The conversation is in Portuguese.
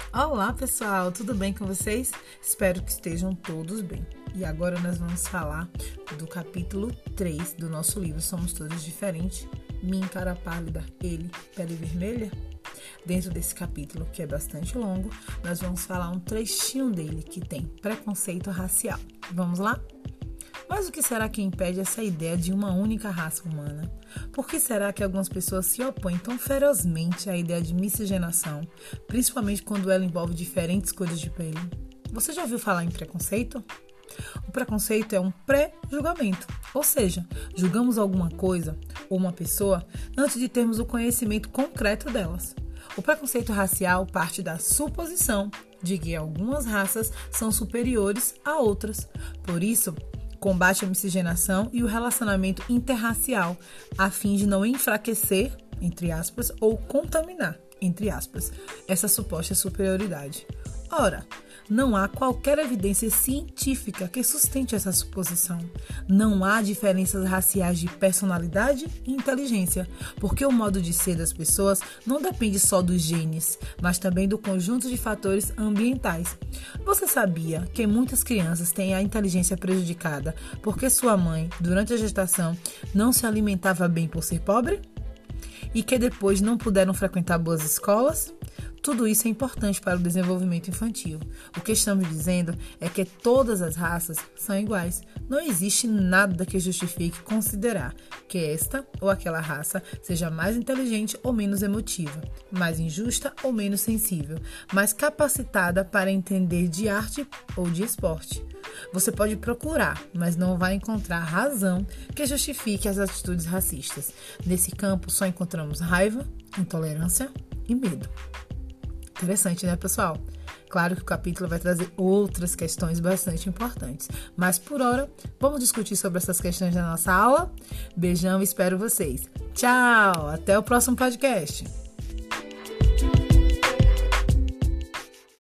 Olá pessoal, tudo bem com vocês? Espero que estejam todos bem. E agora nós vamos falar do capítulo 3 do nosso livro Somos Todos Diferentes, Mim, Cara Pálida, Ele, Pele Vermelha. Dentro desse capítulo, que é bastante longo, nós vamos falar um trechinho dele que tem preconceito racial. Vamos lá? Mas o que será que impede essa ideia de uma única raça humana? Por que será que algumas pessoas se opõem tão ferozmente à ideia de miscigenação, principalmente quando ela envolve diferentes cores de pele? Você já ouviu falar em preconceito? O preconceito é um pré-julgamento, ou seja, julgamos alguma coisa ou uma pessoa antes de termos o conhecimento concreto delas. O preconceito racial parte da suposição de que algumas raças são superiores a outras. Por isso, combate a miscigenação e o relacionamento interracial, a fim de não enfraquecer, entre aspas, ou contaminar, entre aspas, essa suposta superioridade. Ora, não há qualquer evidência científica que sustente essa suposição. Não há diferenças raciais de personalidade e inteligência, porque o modo de ser das pessoas não depende só dos genes, mas também do conjunto de fatores ambientais. Você sabia que muitas crianças têm a inteligência prejudicada porque sua mãe, durante a gestação, não se alimentava bem por ser pobre? E que depois não puderam frequentar boas escolas? Tudo isso é importante para o desenvolvimento infantil. O que estamos dizendo é que todas as raças são iguais. Não existe nada que justifique considerar que esta ou aquela raça seja mais inteligente ou menos emotiva, mais injusta ou menos sensível, mais capacitada para entender de arte ou de esporte. Você pode procurar, mas não vai encontrar razão que justifique as atitudes racistas. Nesse campo só encontramos raiva, intolerância e medo. Interessante, né, pessoal? Claro que o capítulo vai trazer outras questões bastante importantes. Mas, por hora, vamos discutir sobre essas questões na nossa aula? Beijão e espero vocês. Tchau! Até o próximo podcast!